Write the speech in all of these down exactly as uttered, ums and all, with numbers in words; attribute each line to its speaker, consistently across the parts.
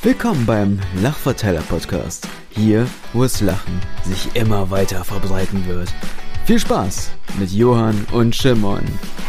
Speaker 1: Willkommen beim Lachverteiler-Podcast. Hier, wo es Lachen sich immer weiter verbreiten wird. Viel Spaß mit Johann und Shimon.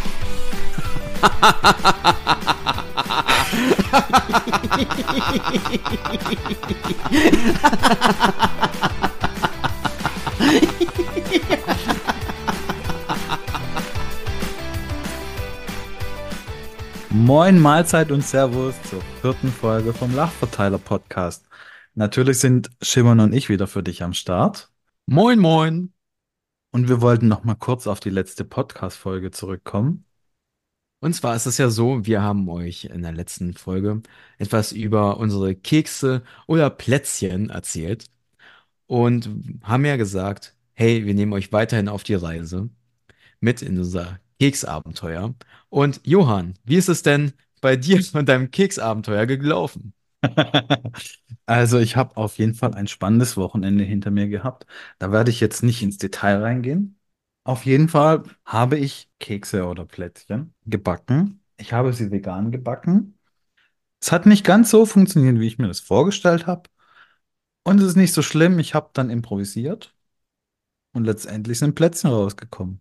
Speaker 2: Moin, Mahlzeit und Servus zur vierten Folge vom Lachverteiler-Podcast. Natürlich sind Shimon und ich wieder für dich am Start.
Speaker 1: Moin, moin.
Speaker 2: Und wir wollten noch mal kurz auf die letzte Podcast-Folge zurückkommen.
Speaker 1: Und zwar ist es ja so, wir haben euch in der letzten Folge etwas über unsere Kekse oder Plätzchen erzählt und haben ja gesagt, hey, wir nehmen euch weiterhin auf die Reise mit in unser Keksabenteuer. Und Johann, wie ist es denn bei dir und deinem Keksabenteuer gelaufen?
Speaker 2: Also ich habe auf jeden Fall ein spannendes Wochenende hinter mir gehabt. Da werde ich jetzt nicht ins Detail reingehen. Auf jeden Fall habe ich Kekse oder Plätzchen gebacken. Ich habe sie vegan gebacken. Es hat nicht ganz so funktioniert, wie ich mir das vorgestellt habe. Und es ist nicht so schlimm, ich habe dann improvisiert und letztendlich sind Plätzchen rausgekommen.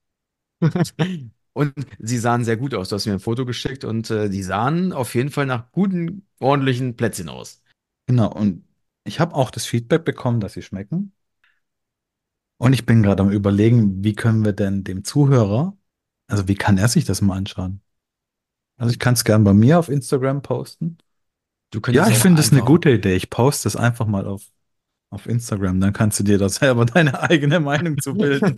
Speaker 1: Und sie sahen sehr gut aus. Du hast mir ein Foto geschickt und äh, die sahen auf jeden Fall nach guten, ordentlichen Plätzchen aus.
Speaker 2: Genau, und ich habe auch das Feedback bekommen, dass sie schmecken. Und ich bin gerade am Überlegen, wie können wir denn dem Zuhörer, also wie kann er sich das mal anschauen? Also ich kann es gern bei mir auf Instagram posten.
Speaker 1: Du
Speaker 2: Ja,
Speaker 1: könntest
Speaker 2: ich
Speaker 1: auch
Speaker 2: finde es eine
Speaker 1: einfach.
Speaker 2: gute Idee. Ich poste es einfach mal auf, auf Instagram. Dann kannst du dir da selber deine eigene Meinung zu bilden.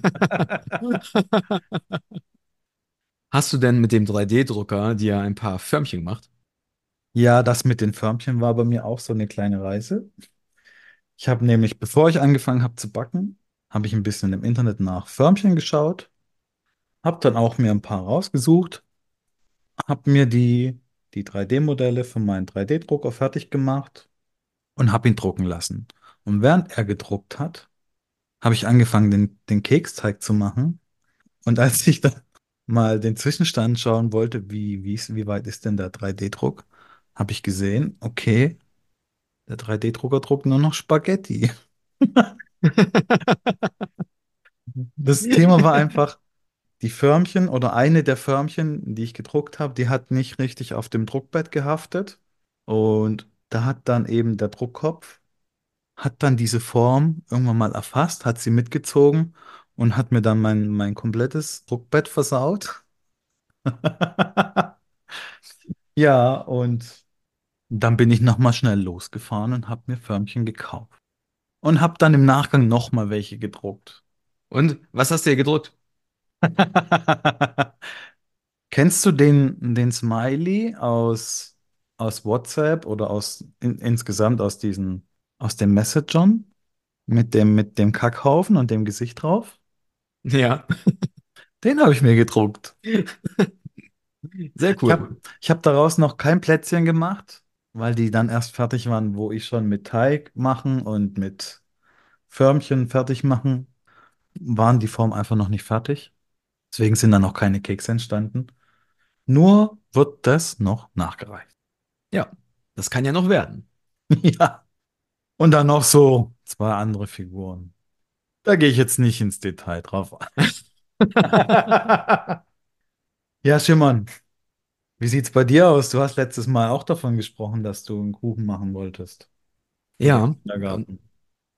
Speaker 1: Hast du denn mit dem drei D-Drucker dir ein paar Förmchen gemacht?
Speaker 2: Ja, das mit den Förmchen war bei mir auch so eine kleine Reise. Ich habe nämlich, bevor ich angefangen habe zu backen, habe ich ein bisschen im Internet nach Förmchen geschaut, habe dann auch mir ein paar rausgesucht, habe mir die, die drei D-Modelle für meinen drei D-Drucker fertig gemacht und habe ihn drucken lassen. Und während er gedruckt hat, habe ich angefangen, den, den Keksteig zu machen. Und als ich dann mal den Zwischenstand schauen wollte, wie, wie, ist- wie weit ist denn der drei D-Druck, habe ich gesehen, okay, der drei D-Drucker druckt nur noch Spaghetti. Das Thema war einfach, die Förmchen oder eine der Förmchen, die ich gedruckt habe, die hat nicht richtig auf dem Druckbett gehaftet. Und da hat dann eben der Druckkopf, hat dann diese Form irgendwann mal erfasst, hat sie mitgezogen und hat mir dann mein, mein komplettes Druckbett versaut. Ja, und dann bin ich nochmal schnell losgefahren und habe mir Förmchen gekauft. Und habe dann im Nachgang nochmal welche gedruckt.
Speaker 1: Und was hast du dir gedruckt?
Speaker 2: Kennst du den, den Smiley aus, aus WhatsApp oder aus in, insgesamt aus diesen, aus den Messagern mit dem, mit dem Kackhaufen und dem Gesicht drauf?
Speaker 1: Ja,
Speaker 2: Den habe ich mir gedruckt.
Speaker 1: sehr
Speaker 2: Ich habe
Speaker 1: cool.
Speaker 2: ich hab daraus noch kein Plätzchen gemacht, weil die dann erst fertig waren, wo ich schon mit Teig machen und mit Förmchen fertig machen, waren die Form einfach noch nicht fertig. Deswegen sind dann noch keine Kekse entstanden. Nur wird das noch nachgereicht.
Speaker 1: Ja, das kann ja noch werden.
Speaker 2: Ja. Und dann noch so zwei andere Figuren. Da gehe ich jetzt nicht ins Detail drauf ein. Ja, Schimmern, wie sieht's bei dir aus? Du hast letztes Mal auch davon gesprochen, dass du einen Kuchen machen wolltest für den
Speaker 1: Ja, und
Speaker 2: Kindergarten.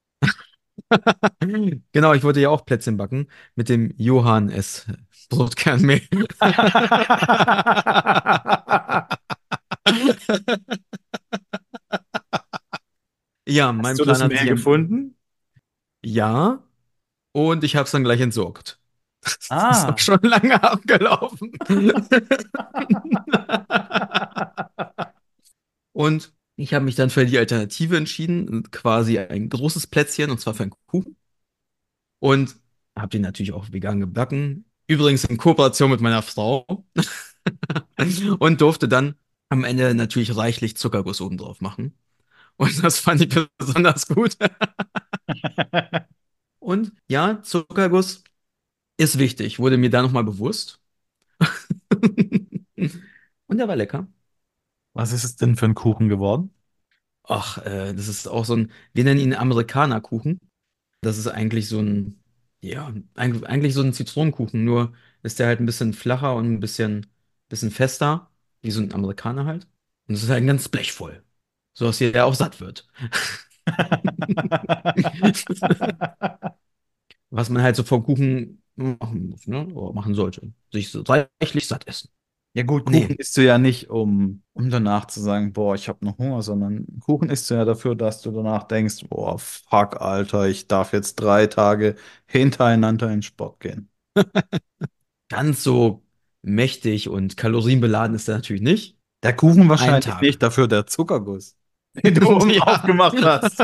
Speaker 1: genau, ich wollte ja auch Plätzchen backen mit dem Johann S. Brotkernmehl. Ja, mein
Speaker 2: Hast du
Speaker 1: Plan
Speaker 2: das
Speaker 1: hat
Speaker 2: Mehl
Speaker 1: sich ein
Speaker 2: gefunden?
Speaker 1: Ja und ich habe es dann gleich entsorgt. Das ist auch
Speaker 2: Ah.
Speaker 1: schon lange abgelaufen. Und ich habe mich dann für die Alternative entschieden, quasi ein großes Plätzchen, und zwar für einen Kuchen. Und habe den natürlich auch vegan gebacken. Übrigens in Kooperation mit meiner Frau. Und durfte dann am Ende natürlich reichlich Zuckerguss oben drauf machen. Und das fand ich besonders gut. Und ja, Zuckerguss ist wichtig, wurde mir da nochmal bewusst. Und der war lecker.
Speaker 2: Was ist es denn für ein Kuchen geworden?
Speaker 1: ach, äh, das ist auch so ein, wir nennen ihn Amerikanerkuchen. Das ist eigentlich so ein, ja, eigentlich, eigentlich so ein Zitronenkuchen, nur ist der halt ein bisschen flacher und ein bisschen, bisschen fester, wie so ein Amerikaner halt. Und es ist halt ein ganzes Blech voll. So dass jeder auch satt wird. Was man halt so vom Kuchen machen muss, ne? Oder machen sollte. Sich so reichlich satt essen.
Speaker 2: Ja gut, Kuchen
Speaker 1: Nee,
Speaker 2: isst du ja nicht, um, um danach zu sagen, boah, ich habe noch Hunger, sondern Kuchen isst du ja dafür, dass du danach denkst, boah, fuck, Alter, ich darf jetzt drei Tage hintereinander in den Sport gehen.
Speaker 1: ganz so mächtig und kalorienbeladen ist er natürlich nicht.
Speaker 2: Der Kuchen
Speaker 1: Ein
Speaker 2: wahrscheinlich nicht,
Speaker 1: Tag.
Speaker 2: dafür der Zuckerguss, den du oben drauf
Speaker 1: Ja.
Speaker 2: gemacht hast.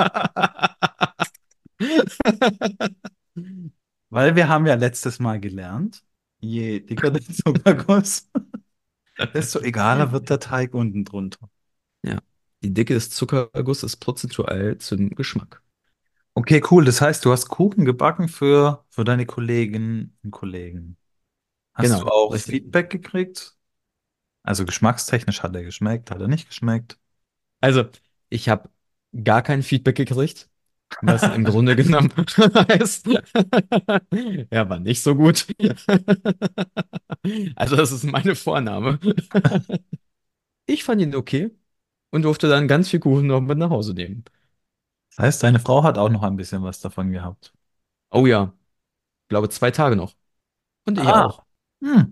Speaker 2: Weil wir haben ja letztes Mal gelernt, je dicker der Zuckerguss, desto egaler wird der Teig unten drunter.
Speaker 1: Ja. Die Dicke des Zuckerguss ist prozentual zum Geschmack.
Speaker 2: Okay, cool. Das heißt, du hast Kuchen gebacken für, für deine Kolleginnen und Kollegen. Hast du
Speaker 1: Genau,
Speaker 2: auch
Speaker 1: richtig.
Speaker 2: Feedback gekriegt? Also geschmackstechnisch hat er geschmeckt, hat er nicht geschmeckt?
Speaker 1: Also, ich habe gar kein Feedback gekriegt, was im Grunde genommen heißt, er war nicht so gut. Also, das ist meine Vorname. Ich fand ihn okay und durfte dann ganz viel Kuchen noch mit nach Hause nehmen.
Speaker 2: Das heißt, deine Frau hat auch noch ein bisschen was davon gehabt.
Speaker 1: Oh ja, ich glaube zwei Tage noch. Und ich
Speaker 2: Ah.
Speaker 1: auch.
Speaker 2: Hm.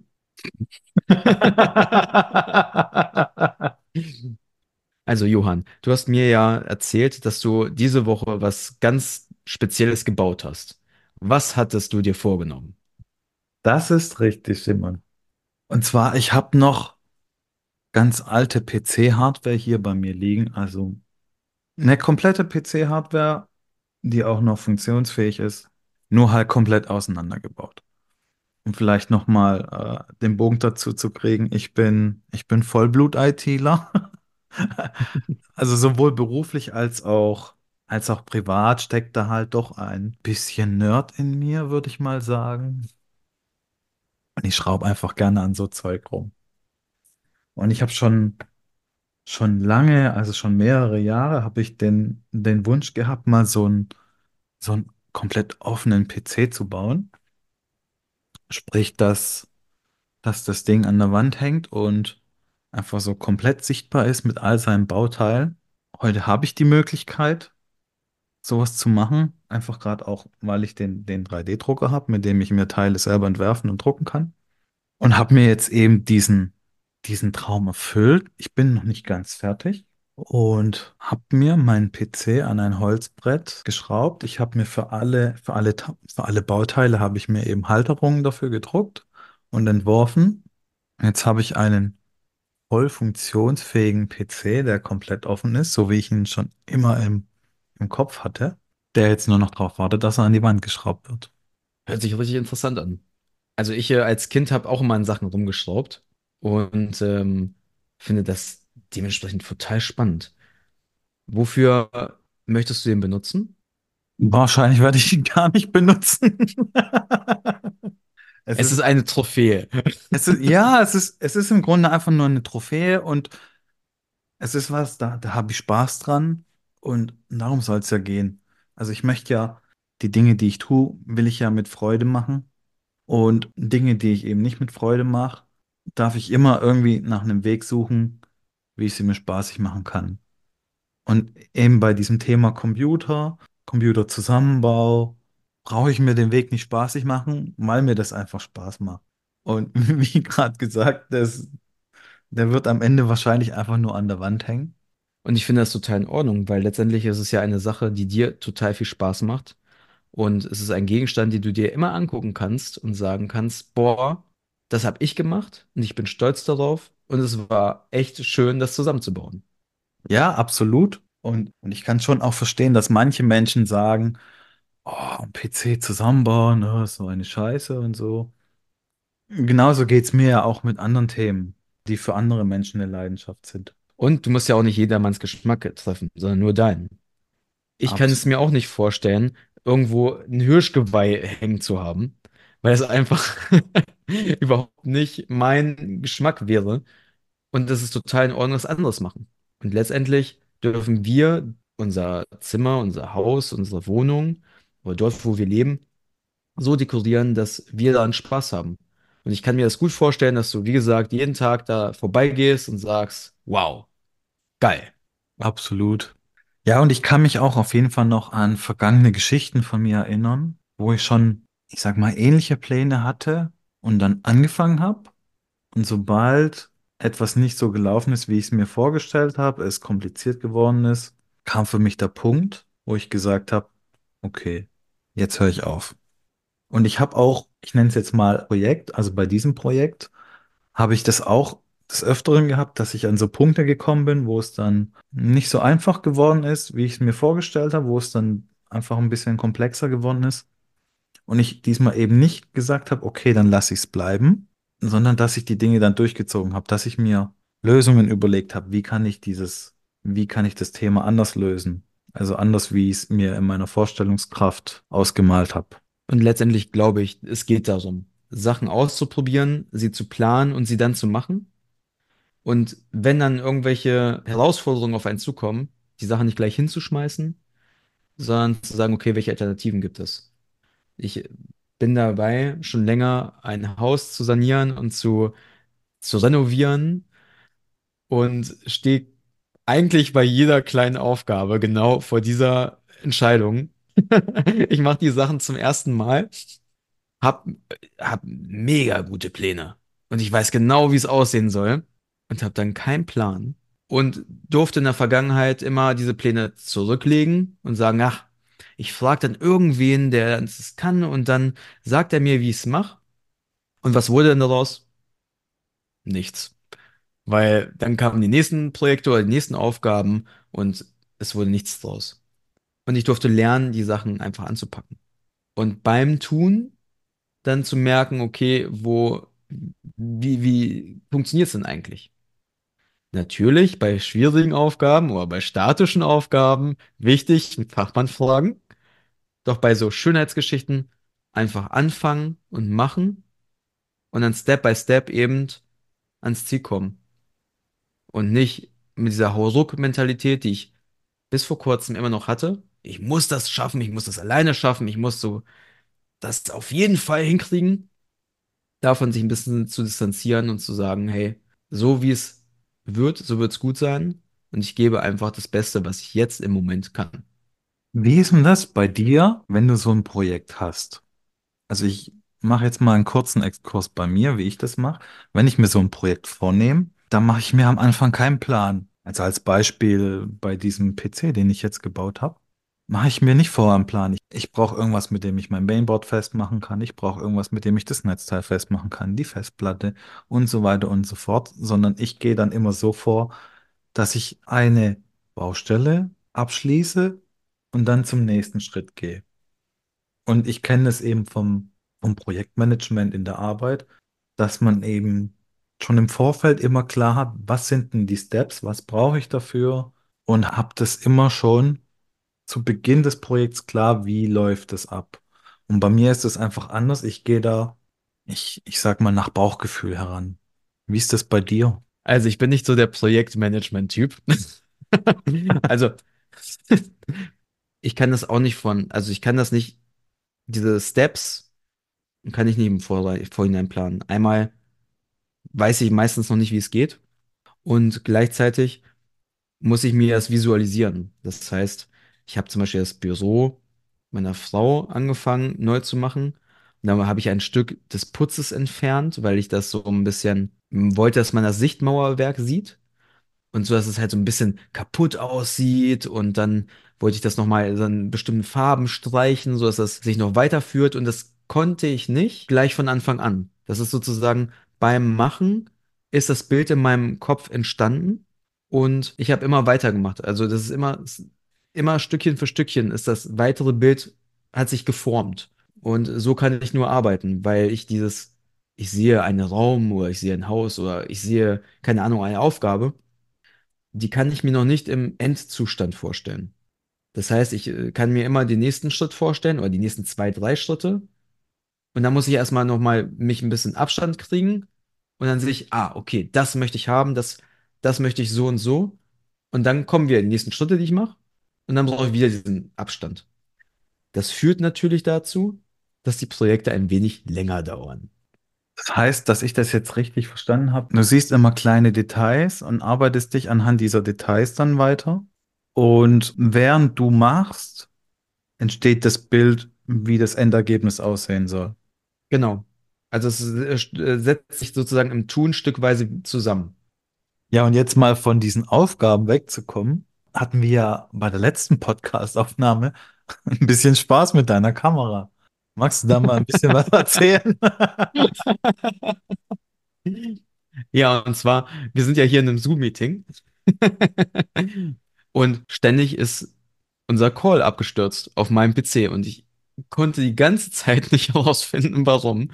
Speaker 1: Also, Johann, du hast mir ja erzählt, dass du diese Woche was ganz Spezielles gebaut hast. Was hattest du dir vorgenommen?
Speaker 2: Das ist richtig, Simon. Und zwar, ich habe noch ganz alte P C-Hardware hier bei mir liegen. Also eine komplette P C-Hardware, die auch noch funktionsfähig ist, nur halt komplett auseinandergebaut. Um vielleicht nochmal äh, den Bogen dazu zu kriegen, ich bin, ich bin Vollblut-ITler. Also sowohl beruflich als auch, als auch privat steckt da halt doch ein bisschen Nerd in mir, würde ich mal sagen. Und ich schraube einfach gerne an so Zeug rum. Und ich habe schon, schon lange, also schon mehrere Jahre, habe ich den, den Wunsch gehabt, mal so einen, so einen komplett offenen P C zu bauen. Sprich, dass, dass das Ding an der Wand hängt und einfach so komplett sichtbar ist mit all seinen Bauteilen. Heute habe ich die Möglichkeit, sowas zu machen. Einfach gerade auch, weil ich den, den drei D-Drucker habe, mit dem ich mir Teile selber entwerfen und drucken kann. Und habe mir jetzt eben diesen, diesen Traum erfüllt. Ich bin noch nicht ganz fertig und habe mir meinen P C an ein Holzbrett geschraubt. Ich habe mir für alle, für alle, Ta- für alle Bauteile habe ich mir eben Halterungen dafür gedruckt und entworfen. Jetzt habe ich einen voll funktionsfähigen P C, der komplett offen ist, so wie ich ihn schon immer im, im Kopf hatte, der jetzt nur noch darauf wartet, dass er an die Wand geschraubt wird.
Speaker 1: Hört sich richtig interessant an. Also ich äh, als Kind habe auch immer an Sachen rumgeschraubt und ähm, finde das dementsprechend total spannend. Wofür möchtest du den benutzen?
Speaker 2: Wahrscheinlich werde ich ihn gar nicht benutzen. Es
Speaker 1: Es
Speaker 2: ist,
Speaker 1: ist eine Trophäe.
Speaker 2: es ist, ja, es ist, es ist im Grunde einfach nur eine Trophäe und es ist was, da, da habe ich Spaß dran und darum soll es ja gehen. Also ich möchte ja die Dinge, die ich tue, will ich ja mit Freude machen und Dinge, die ich eben nicht mit Freude mache, darf ich immer irgendwie nach einem Weg suchen, wie ich sie mir spaßig machen kann. Und eben bei diesem Thema Computer, Computerzusammenbau, brauche ich mir den Weg nicht spaßig machen, weil mir das einfach Spaß macht. Und wie gerade gesagt, das, der wird am Ende wahrscheinlich einfach nur an der Wand hängen.
Speaker 1: Und ich finde das total in Ordnung, weil letztendlich ist es ja eine Sache, die dir total viel Spaß macht. Und es ist ein Gegenstand, den du dir immer angucken kannst und sagen kannst, boah, das habe ich gemacht und ich bin stolz darauf. Und es war echt schön, das zusammenzubauen.
Speaker 2: Ja, absolut. Und, und ich kann schon auch verstehen, dass manche Menschen sagen, oh, ein P C zusammenbauen, oh, ist so eine Scheiße und so. Genauso geht es mir ja auch mit anderen Themen, die für andere Menschen eine Leidenschaft sind.
Speaker 1: Und du musst ja auch nicht jedermanns Geschmack treffen, sondern nur deinen. Ich kann es mir auch nicht vorstellen, irgendwo ein Hirschgeweih hängen zu haben, weil es einfach überhaupt nicht mein Geschmack wäre. Und das ist total in Ordnung, was anderes machen. Und letztendlich dürfen wir unser Zimmer, unser Haus, unsere Wohnung oder dort, wo wir leben, so dekorieren, dass wir da einen Spaß haben. Und ich kann mir das gut vorstellen, dass du, wie gesagt, jeden Tag da vorbeigehst und sagst, wow, geil.
Speaker 2: Absolut. Ja, und ich kann mich auch auf jeden Fall noch an vergangene Geschichten von mir erinnern, wo ich schon, ich sag mal, ähnliche Pläne hatte und dann angefangen habe. Und sobald etwas nicht so gelaufen ist, wie ich es mir vorgestellt habe, es kompliziert geworden ist, kam für mich der Punkt, wo ich gesagt habe, okay, jetzt höre ich auf. Und ich habe auch, ich nenne es jetzt mal Projekt, also bei diesem Projekt habe ich das auch des Öfteren gehabt, dass ich an so Punkte gekommen bin, wo es dann nicht so einfach geworden ist, wie ich es mir vorgestellt habe, wo es dann einfach ein bisschen komplexer geworden ist. Und ich diesmal eben nicht gesagt habe, okay, dann lasse ich es bleiben, sondern dass ich die Dinge dann durchgezogen habe, dass ich mir Lösungen überlegt habe, wie kann ich dieses, wie kann ich das Thema anders lösen? Also anders, wie ich es mir in meiner Vorstellungskraft ausgemalt habe.
Speaker 1: Und letztendlich glaube ich, es geht darum, Sachen auszuprobieren, sie zu planen und sie dann zu machen. Und wenn dann irgendwelche Herausforderungen auf einen zukommen, die Sachen nicht gleich hinzuschmeißen, sondern zu sagen, okay, welche Alternativen gibt es? Ich bin dabei, schon länger ein Haus zu sanieren und zu, zu renovieren und stehe eigentlich bei jeder kleinen Aufgabe genau vor dieser Entscheidung. Ich mache die Sachen zum ersten Mal, hab, hab mega gute Pläne und ich weiß genau, wie es aussehen soll und habe dann keinen Plan und durfte in der Vergangenheit immer diese Pläne zurücklegen und sagen, ach, ich frage dann irgendwen, der es kann und dann sagt er mir, wie ich es mache. Und was wurde denn daraus? Nichts. Weil dann kamen die nächsten Projekte oder die nächsten Aufgaben und es wurde nichts draus. Und ich durfte lernen, die Sachen einfach anzupacken. Und beim Tun dann zu merken, okay, wo, wie, wie funktioniert es denn eigentlich? Natürlich bei schwierigen Aufgaben oder bei statischen Aufgaben wichtig mit Fachmann fragen. Doch bei so Schönheitsgeschichten einfach anfangen und machen und dann Step by Step eben ans Ziel kommen. Und nicht mit dieser Hauruck-Mentalität, die ich bis vor kurzem immer noch hatte. Ich muss das schaffen, ich muss das alleine schaffen, ich muss so das auf jeden Fall hinkriegen. Davon sich ein bisschen zu distanzieren und zu sagen, hey, so wie es wird, so wird es gut sein. Und ich gebe einfach das Beste, was ich jetzt im Moment kann.
Speaker 2: Wie ist denn das bei dir, wenn du so ein Projekt hast? Also ich mache jetzt mal einen kurzen Exkurs bei mir, wie ich das mache. Wenn ich mir so ein Projekt vornehme, dann mache ich mir am Anfang keinen Plan. Also als Beispiel bei diesem P C, den ich jetzt gebaut habe, mache ich mir nicht vorher einen Plan. Ich, ich brauche irgendwas, mit dem ich mein Mainboard festmachen kann. Ich brauche irgendwas, mit dem ich das Netzteil festmachen kann, die Festplatte und so weiter und so fort. Sondern ich gehe dann immer so vor, dass ich eine Baustelle abschließe und dann zum nächsten Schritt gehe. Und ich kenne es eben vom, vom Projektmanagement in der Arbeit, dass man eben schon im Vorfeld immer klar hat, was sind denn die Steps, was brauche ich dafür und habe das immer schon zu Beginn des Projekts klar, wie läuft es ab. Und bei mir ist es einfach anders. Ich gehe da, ich, ich sag mal, nach Bauchgefühl heran. Wie ist das bei dir?
Speaker 1: Also ich bin nicht so der Projektmanagement-Typ. Also ich kann das auch nicht von, also ich kann das nicht, diese Steps kann ich nicht im Vorre- Vorhinein planen. Einmal weiß ich meistens noch nicht, wie es geht und gleichzeitig muss ich mir das visualisieren. Das heißt, ich habe zum Beispiel das Büro meiner Frau angefangen neu zu machen. Und dann habe ich ein Stück des Putzes entfernt, weil ich das so ein bisschen m, wollte, dass man das Sichtmauerwerk sieht. Und so, dass es halt so ein bisschen kaputt aussieht. Und dann wollte ich das nochmal so in bestimmten Farben streichen, so dass das sich noch weiterführt. Und das konnte ich nicht gleich von Anfang an. Das ist sozusagen beim Machen ist das Bild in meinem Kopf entstanden. Und ich habe immer weitergemacht. Also das ist immer, immer Stückchen für Stückchen ist das weitere Bild hat sich geformt. Und so kann ich nur arbeiten, weil ich dieses, ich sehe einen Raum oder ich sehe ein Haus oder ich sehe, keine Ahnung, eine Aufgabe, die kann ich mir noch nicht im Endzustand vorstellen. Das heißt, ich äh, kann mir immer den nächsten Schritt vorstellen oder die nächsten zwei, drei Schritte. Und dann muss ich erstmal nochmal mich ein bisschen Abstand kriegen. Und dann sehe ich, ah, okay, das möchte ich haben, das, das möchte ich so und so. Und dann kommen wir in die nächsten Schritte, die ich mache. Und dann brauche ich wieder diesen Abstand. Das führt natürlich dazu, dass die Projekte ein wenig länger dauern.
Speaker 2: Das heißt, dass ich das jetzt richtig verstanden habe. Du siehst immer kleine Details und arbeitest dich anhand dieser Details dann weiter. Und während du machst, entsteht das Bild, wie das Endergebnis aussehen soll.
Speaker 1: Genau. Also es äh, äh, setzt sich sozusagen im Tun stückweise zusammen.
Speaker 2: Ja, und jetzt mal von diesen Aufgaben wegzukommen, hatten wir ja bei der letzten Podcast-Aufnahme ein bisschen Spaß mit deiner Kamera. Magst du da mal ein bisschen was erzählen?
Speaker 1: Ja, und zwar, wir sind ja hier in einem Zoom-Meeting und ständig ist unser Call abgestürzt auf meinem P C und ich konnte die ganze Zeit nicht herausfinden, warum.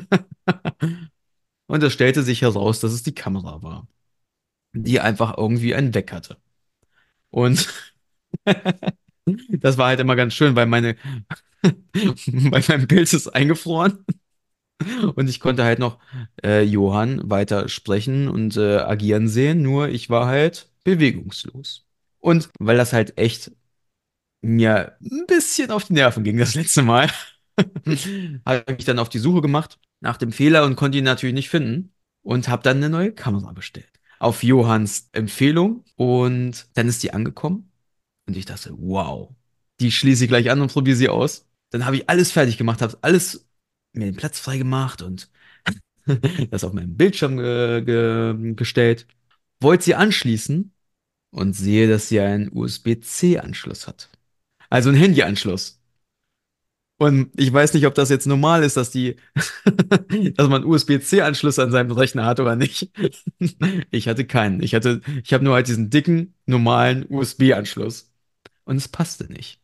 Speaker 1: Und es stellte sich heraus, dass es die Kamera war, die einfach irgendwie einen Weg hatte. Und das war halt immer ganz schön, weil meine, weil mein Bild ist eingefroren und ich konnte halt noch äh, Johann weiter sprechen und äh, agieren sehen, nur ich war halt bewegungslos. Und weil das halt echt mir ein bisschen auf die Nerven ging das letzte Mal, habe ich mich dann auf die Suche gemacht nach dem Fehler und konnte ihn natürlich nicht finden und habe dann eine neue Kamera bestellt. Auf Johanns Empfehlung und dann ist die angekommen und ich dachte, wow, die schließe ich gleich an und probiere sie aus. Dann habe ich alles fertig gemacht, habe alles mir den Platz frei gemacht und das auf meinem Bildschirm ge ge gestellt. Wollte sie anschließen und sehe, dass sie einen U S B-C-Anschluss hat. Also einen Handyanschluss. Und ich weiß nicht, ob das jetzt normal ist, dass die, dass man U S B-C-Anschluss an seinem Rechner hat oder nicht. Ich hatte keinen. Ich hatte, ich habe nur halt diesen dicken, normalen U S B-Anschluss. Und es passte nicht.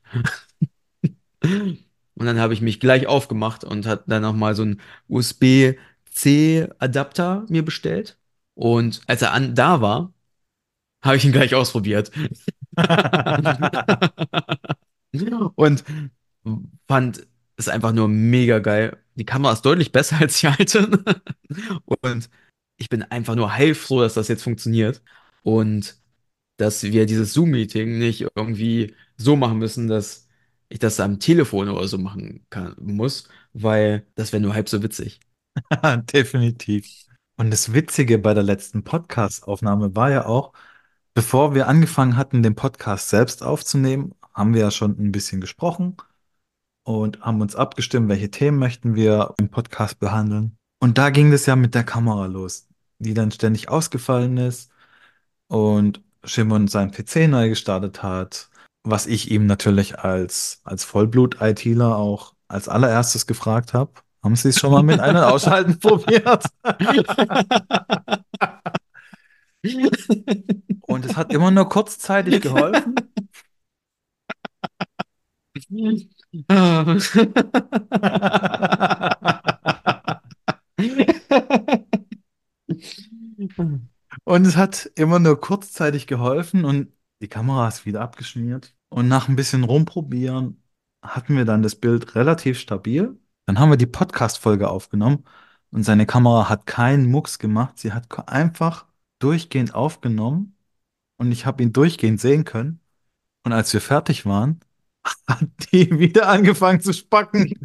Speaker 1: Und dann habe ich mich gleich aufgemacht und hat dann nochmal so einen U S B-C-Adapter mir bestellt. Und als er an, da war, habe ich ihn gleich ausprobiert. Und fand es einfach nur mega geil. Die Kamera ist deutlich besser als die alte. Und ich bin einfach nur heilfroh, dass das jetzt funktioniert. Und dass wir dieses Zoom-Meeting nicht irgendwie so machen müssen, dass ich das am Telefon oder so machen kann, muss, weil das wäre nur halb so witzig.
Speaker 2: Definitiv. Und das Witzige bei der letzten Podcast-Aufnahme war ja auch, bevor wir angefangen hatten, den Podcast selbst aufzunehmen, haben wir ja schon ein bisschen gesprochen und haben uns abgestimmt, welche Themen möchten wir im Podcast behandeln. Und da ging das ja mit der Kamera los, die dann ständig ausgefallen ist und Shimon seinen P C neu gestartet hat, was ich ihm natürlich als, als Vollblut-ITler auch als allererstes gefragt habe. Haben Sie es schon mal mit Ein- und Ausschalten probiert? Und es hat immer nur kurzzeitig geholfen. Und es hat immer nur kurzzeitig geholfen und die Kamera ist wieder abgeschmiert. Und nach ein bisschen rumprobieren hatten wir dann das Bild relativ stabil. Dann haben wir die Podcast-Folge aufgenommen und seine Kamera hat keinen Mucks gemacht. Sie hat ko- einfach durchgehend aufgenommen und ich habe ihn durchgehend sehen können. Und als wir fertig waren, hat die wieder angefangen zu spacken.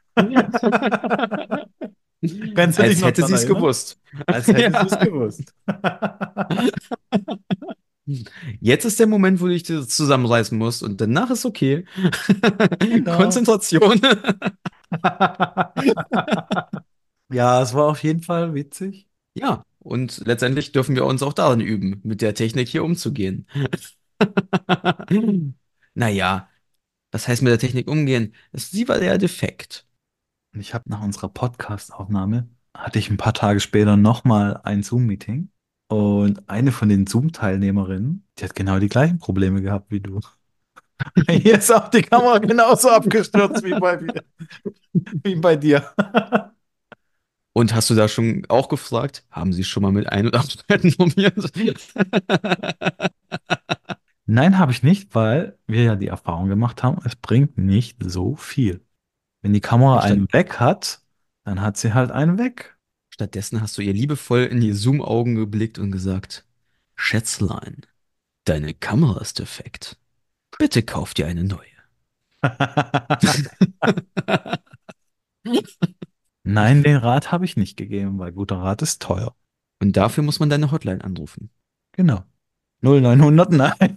Speaker 2: Kannst du dich
Speaker 1: Als
Speaker 2: noch
Speaker 1: hätte
Speaker 2: daran
Speaker 1: sie es
Speaker 2: erinnern?
Speaker 1: gewusst.
Speaker 2: Als hätte sie es
Speaker 1: Ja.
Speaker 2: gewusst.
Speaker 1: Jetzt ist der Moment, wo du dich zusammenreißen musst und danach ist okay.
Speaker 2: Genau.
Speaker 1: Konzentration.
Speaker 2: Ja, es war auf jeden Fall witzig.
Speaker 1: Ja, und letztendlich dürfen wir uns auch darin üben, mit der Technik hier umzugehen. Naja, was heißt mit der Technik umgehen? Es- Sie war der Defekt.
Speaker 2: Und ich habe nach unserer Podcast-Aufnahme, hatte ich ein paar Tage später nochmal ein Zoom-Meeting. Und eine von den Zoom-Teilnehmerinnen, die hat genau die gleichen Probleme gehabt wie du. Hier ist auch die Kamera genauso abgestürzt wie bei, mir- wie bei dir.
Speaker 1: Und hast du da schon auch gefragt? Haben Sie schon mal mit Ein- und Ausschalten probiert?
Speaker 2: Nein, habe ich nicht, weil wir ja die Erfahrung gemacht haben, es bringt nicht so viel. Wenn die Kamera
Speaker 1: Und statt,
Speaker 2: einen weg hat, dann hat sie halt einen weg.
Speaker 1: stattdessen hast du ihr liebevoll in die Zoom-Augen geblickt und gesagt, Schätzlein, Deine Kamera ist defekt. Bitte kauf dir eine neue.
Speaker 2: Nein, den Rat habe ich nicht gegeben, weil guter Rat ist teuer.
Speaker 1: Und dafür muss man deine Hotline anrufen.
Speaker 2: Genau. null neunhundert, nein.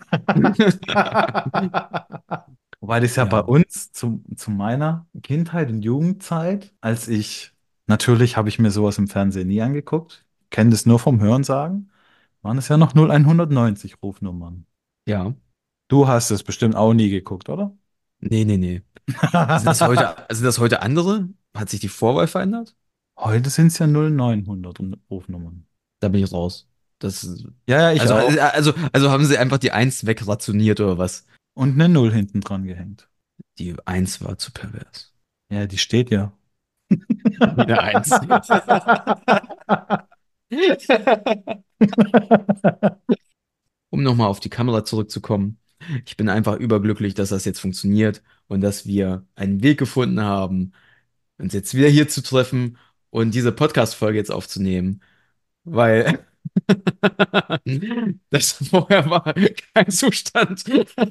Speaker 2: Wobei das ja bei
Speaker 1: Ja,
Speaker 2: uns zu, zu meiner Kindheit und Jugendzeit, als ich, natürlich habe ich mir sowas im Fernsehen nie angeguckt, kenne das nur vom Hörensagen, waren es ja noch null hundertneunzig Rufnummern.
Speaker 1: ja.
Speaker 2: Du hast es bestimmt auch nie geguckt, oder?
Speaker 1: Nee, nee, nee. Sind das heute, sind das heute andere? Hat sich die Vorwahl verändert?
Speaker 2: Heute sind es ja null neunhundert Rufnummern.
Speaker 1: Da bin ich raus. Das,
Speaker 2: Ja, ja, ich
Speaker 1: also,
Speaker 2: auch.
Speaker 1: also, also haben sie einfach die Eins wegrationiert oder was?
Speaker 2: Und eine Null hinten dran gehängt.
Speaker 1: Die Eins war zu pervers.
Speaker 2: Ja, die steht ja.
Speaker 1: Eine Eins. Um nochmal auf die Kamera zurückzukommen. Ich bin einfach überglücklich, dass das jetzt funktioniert und dass wir einen Weg gefunden haben, uns jetzt wieder hier zu treffen und diese Podcast-Folge jetzt aufzunehmen, weil das vorher war kein Zustand.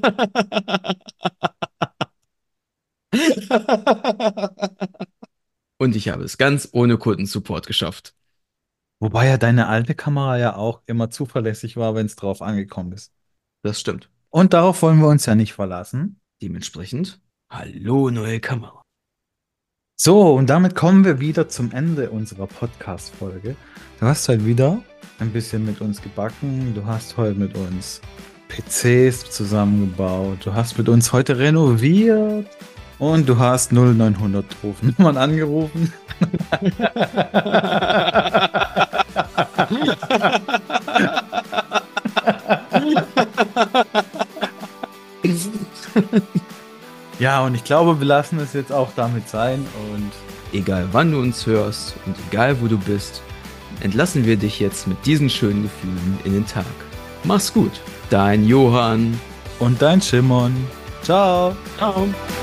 Speaker 1: Und ich habe es ganz ohne Kundensupport geschafft.
Speaker 2: Wobei ja deine alte Kamera ja auch immer zuverlässig war, wenn es drauf angekommen ist.
Speaker 1: Das stimmt.
Speaker 2: Und darauf wollen wir uns ja nicht verlassen.
Speaker 1: Dementsprechend, hallo, neue Kamera.
Speaker 2: So, und damit kommen wir wieder zum Ende unserer Podcast-Folge. Du hast heute wieder ein bisschen mit uns gebacken. Du hast heute mit uns P Cs zusammengebaut. Du hast mit uns heute renoviert. Und du hast null neunhundert Rufnummern angerufen. Ja, und ich glaube, wir lassen es jetzt auch damit sein. Und
Speaker 1: Egal wann du uns hörst und egal wo du bist, entlassen wir dich jetzt mit diesen schönen Gefühlen in den Tag. Mach's gut, dein Johann.
Speaker 2: Und dein Shimon. Ciao.
Speaker 1: Ciao.